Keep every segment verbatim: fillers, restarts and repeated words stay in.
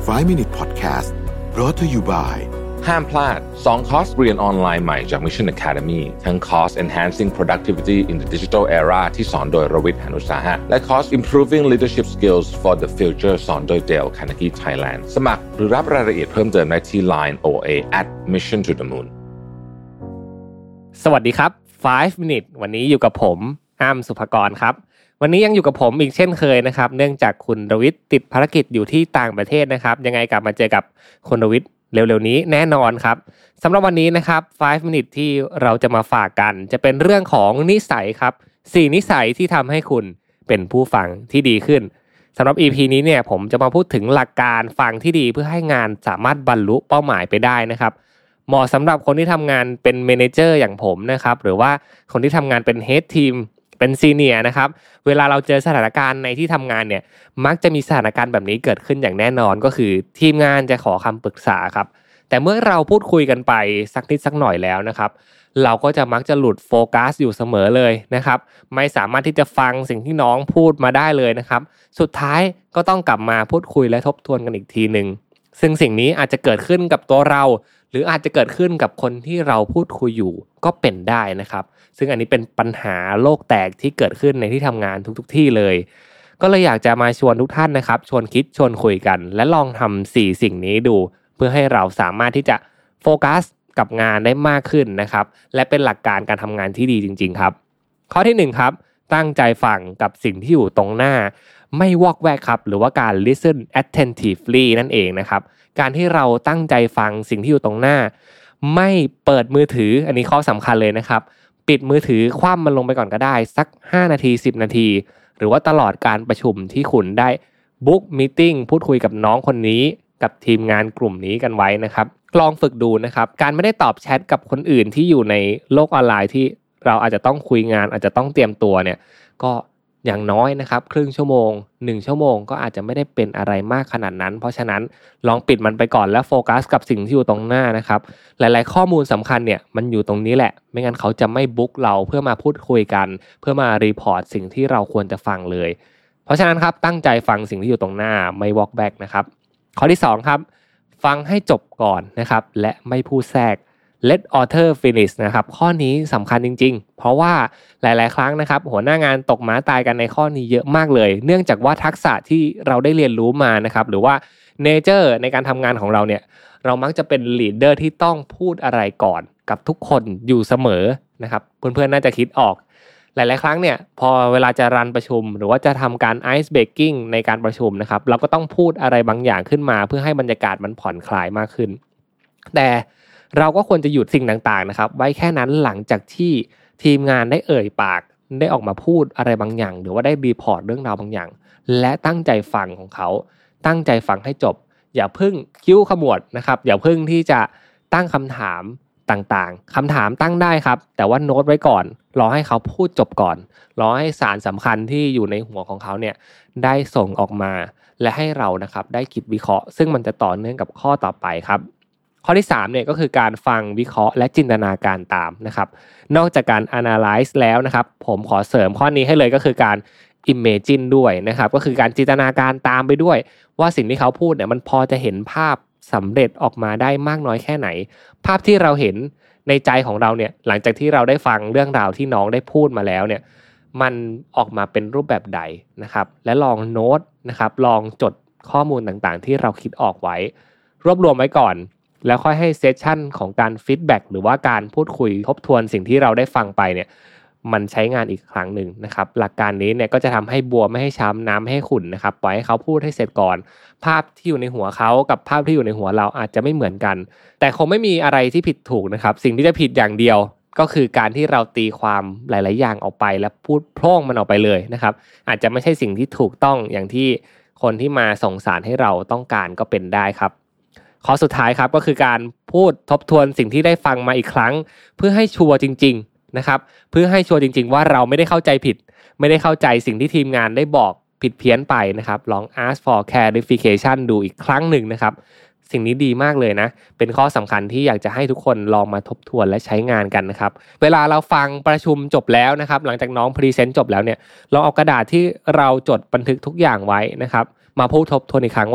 five minute podcast brought to you by ห้ามพลาดสองคอร์สเรียนออนไลน์ใหม่จาก Mission Academy ทั้งคอร์ส Enhancing Productivity in the Digital Era ที่สอนโดยรวิทย์ หาญอุตสาหะและคอร์ส Improving Leadership Skills for the Future สอนโดย Dale Carnegie Thailand สมัครหรือรับรายละเอียดเพิ่มเติมได้ที่ ไลน์ โอ เอ แอท มิชชั่น ทู เดอะ มูนสวัสดีครับfive minute วันนี้อยู่กับผมอ้ำสุภกรครับวันนี้ยังอยู่กับผมอีกเช่นเคยนะครับเนื่องจากคุณรวิทย์ติดภารกิจอยู่ที่ต่างประเทศนะครับยังไงกลับมาเจอกับคุณรวิทย์เร็วๆนี้แน่นอนครับสำหรับวันนี้นะครับfive minute ที่เราจะมาฝากกันจะเป็นเรื่องของนิสัยครับสี่นิสัยที่ทำให้คุณเป็นผู้ฟังที่ดีขึ้นสำหรับ อี พี นี้เนี่ยผมจะมาพูดถึงหลักการฟังที่ดีเพื่อให้งานสามารถบรรลุเป้าหมายไปได้นะครับเหมาะสำหรับคนที่ทำงานเป็นเมเนเจอร์อย่างผมนะครับหรือว่าคนที่ทำงานเป็นเฮดทีมเป็นซีเนียร์นะครับเวลาเราเจอสถานการณ์ในที่ทำงานเนี่ยมักจะมีสถานการณ์แบบนี้เกิดขึ้นอย่างแน่นอนก็คือทีมงานจะขอคำปรึกษาครับแต่เมื่อเราพูดคุยกันไปสักนิดสักหน่อยแล้วนะครับเราก็จะมักจะหลุดโฟกัสอยู่เสมอเลยนะครับไม่สามารถที่จะฟังสิ่งที่น้องพูดมาได้เลยนะครับสุดท้ายก็ต้องกลับมาพูดคุยและทบทวนกันอีกทีนึงซึ่งสิ่งนี้อาจจะเกิดขึ้นกับตัวเราหรืออาจจะเกิดขึ้นกับคนที่เราพูดคุยอยู่ก็เป็นได้นะครับซึ่งอันนี้เป็นปัญหาโลกแตกที่เกิดขึ้นในที่ทำงานทุกๆที่เลยก็เลยอยากจะมาชวนทุกท่านนะครับชวนคิดชวนคุยกันและลองทำสี่สิ่งนี้ดูเพื่อให้เราสามารถที่จะโฟกัสกับงานได้มากขึ้นนะครับและเป็นหลักการการทำงานที่ดีจริงๆครับข้อที่หนึ่งครับตั้งใจฟังกับสิ่งที่อยู่ตรงหน้าไม่วอกแวกครับหรือว่าการ listen attentively นั่นเองนะครับการที่เราตั้งใจฟังสิ่งที่อยู่ตรงหน้าไม่เปิดมือถืออันนี้ข้อสำคัญเลยนะครับปิดมือถือคว่ำมันลงไปก่อนก็ได้สักห้านาทีสิบนาทีหรือว่าตลอดการประชุมที่คุณได้บุ๊กมีตติ้งพูดคุยกับน้องคนนี้กับทีมงานกลุ่มนี้กันไว้นะครับลองฝึกดูนะครับการไม่ได้ตอบแชทกับคนอื่นที่อยู่ในโลกออนไลน์ที่เราอาจจะต้องคุยงานอาจจะต้องเตรียมตัวเนี่ยก็อย่างน้อยนะครับครึ่งชั่วโมงหนึ่งชั่วโมงก็อาจจะไม่ได้เป็นอะไรมากขนาดนั้นเพราะฉะนั้นลองปิดมันไปก่อนแล้วโฟกัสกับสิ่งที่อยู่ตรงหน้านะครับหลายๆข้อมูลสำคัญเนี่ยมันอยู่ตรงนี้แหละไม่งั้นเขาจะไม่บุ๊กเราเพื่อมาพูดคุยกันเพื่อมารีพอร์ตสิ่งที่เราควรจะฟังเลยเพราะฉะนั้นครับตั้งใจฟังสิ่งที่อยู่ตรงหน้าไม่วอล์กแบ็กนะครับข้อที่สองครับฟังให้จบก่อนนะครับและไม่พูดแทรกLet author finish นะครับข้อนี้สำคัญจริงๆเพราะว่าหลายๆครั้งนะครับหัวหน้างานตกม้าตายกันในข้อนี้เยอะมากเลยเนื่องจากว่าทักษะที่เราได้เรียนรู้มานะครับหรือว่า nature ในการทำงานของเราเนี่ยเรามักจะเป็น leader ที่ต้องพูดอะไรก่อนกับทุกคนอยู่เสมอนะครับเพื่อนๆน่าจะคิดออกหลายๆครั้งเนี่ยพอเวลาจะรันประชุมหรือว่าจะทำการ ice breaking ในการประชุมนะครับเราก็ต้องพูดอะไรบางอย่างขึ้นมาเพื่อให้บรรยากาศมันผ่อนคลายมากขึ้นแต่เราก็ควรจะหยุดสิ่งต่างๆนะครับไว้แค่นั้นหลังจากที่ทีมงานได้เอ่ยปากได้ออกมาพูดอะไรบางอย่างหรือว่าได้รีพอร์ตเรื่องราวบางอย่างและตั้งใจฟังของเขาตั้งใจฟังให้จบอย่าเพิ่งคิ้วขมวดนะครับอย่าเพิ่งที่จะตั้งคำถามต่างๆคำถามตั้งได้ครับแต่ว่าโน้ตไว้ก่อนรอให้เขาพูดจบก่อนรอให้สารสำคัญที่อยู่ในหัวของเขาเนี่ยได้ส่งออกมาและให้เรานะครับได้คิดวิเคราะห์ซึ่งมันจะต่อเนื่องกับข้อต่อไปครับข้อที่สามเนี่ยก็คือการฟังวิเคราะห์และจินตนาการตามนะครับนอกจากการ analyze แล้วนะครับผมขอเสริมข้อนี้ให้เลยก็คือการ imagine ด้วยนะครับก็คือการจินตนาการตามไปด้วยว่าสิ่งที่เขาพูดเนี่ยมันพอจะเห็นภาพสำเร็จออกมาได้มากน้อยแค่ไหนภาพที่เราเห็นในใจของเราเนี่ยหลังจากที่เราได้ฟังเรื่องราวที่น้องได้พูดมาแล้วเนี่ยมันออกมาเป็นรูปแบบใดนะครับและลองโน้ตนะครับลองจดข้อมูลต่างๆที่เราคิดออกไว้รวบรวมไว้ก่อนแล้วค่อยให้เซสชั่นของการฟีดแบ็กหรือว่าการพูดคุยทบทวนสิ่งที่เราได้ฟังไปเนี่ยมันใช้งานอีกครั้งหนึ่งนะครับหลักการนี้เนี่ยก็จะทำให้บัวไม่ให้ช้ำน้ำไม่ให้ขุ่นนะครับปล่อยให้เขาพูดให้เสร็จก่อนภาพที่อยู่ในหัวเขากับภาพที่อยู่ในหัวเราอาจจะไม่เหมือนกันแต่คงไม่มีอะไรที่ผิดถูกนะครับสิ่งที่จะผิดอย่างเดียวก็คือการที่เราตีความหลายๆอย่างออกไปและพูดพร่องมันออกไปเลยนะครับอาจจะไม่ใช่สิ่งที่ถูกต้องอย่างที่คนที่มาส่งสารให้เราต้องการก็เป็นได้ครับข้อสุดท้ายครับก็คือการพูดทบทวนสิ่งที่ได้ฟังมาอีกครั้งเพื่อให้ชัวร์จริงๆนะครับเพื่อให้ชัวร์จริงๆว่าเราไม่ได้เข้าใจผิดไม่ได้เข้าใจสิ่งที่ทีมงานได้บอกผิดเพี้ยนไปนะครับลอง ask for clarification ดูอีกครั้งหนึ่งนะครับ สิ่งนี้ดีมากเลยนะเป็นข้อสำคัญที่อยากจะให้ทุกคนลองมาทบทวนและใช้งานกันนะครับเวลาเราฟังประชุมจบแล้วนะครับหลังจากน้องพรีเซนต์จบแล้วเนี่ยเราเอากระดาษที่เราจดบันทึกทุกอย่างไว้นะครับมาพูดทบทวนอีกครั้งว่า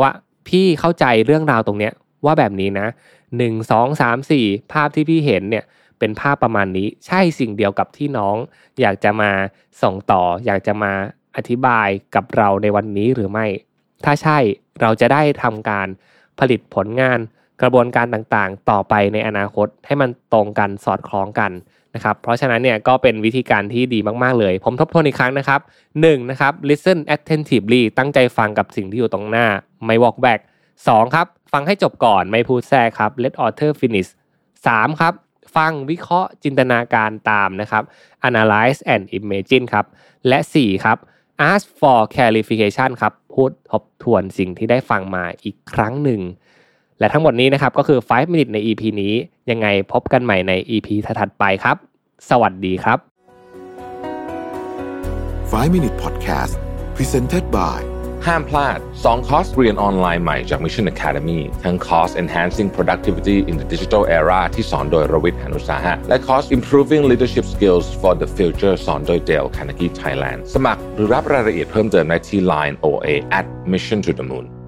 พี่เข้าใจเรื่องราวตรงเนี้ยว่าแบบนี้นะหนึ่ง สอง สาม สี่ภาพที่พี่เห็นเนี่ยเป็นภาพประมาณนี้ใช่สิ่งเดียวกับที่น้องอยากจะมาส่งต่ออยากจะมาอธิบายกับเราในวันนี้หรือไม่ถ้าใช่เราจะได้ทำการผลิตผลงานกระบวนการต่างๆต่อไปในอนาคตให้มันตรงกันสอดคล้องกันนะครับเพราะฉะนั้นเนี่ยก็เป็นวิธีการที่ดีมากๆเลยผมทบทวนอีกครั้งนะครับหนึ่งนะครับ listen attentively ตั้งใจฟังกับสิ่งที่อยู่ตรงหน้าไม่ walk back สองครับฟังให้จบก่อนไม่พูดแทรกครับ let author finish สามครับฟังวิเคราะห์จินตนาการตามนะครับ analyze and imagine ครับและสี่ครับ ask for clarification ครับพูดทบทวนสิ่งที่ได้ฟังมาอีกครั้งหนึ่งและทั้งหมดนี้นะครับก็คือไฟว์ minutes ใน อี พี นี้ยังไงพบกันใหม่ใน อี พี ถัดๆไปครับสวัสดีครับไฟว์ minute podcast presented by ห้ามพลาดสองคอร์สเรียนออนไลน์ใหม่จาก Mission Academy ทั้งคอร์ส Enhancing Productivity in the Digital Era ที่สอนโดยรวิทย์ หนุสาหะและคอร์ส Improving Leadership Skills for the Future สอนโดย Dale Carnegie Thailand สมัครหรือรับรายละเอียดเพิ่มเติมได้ที่ ไลน์ โอ เอ at mission to the moon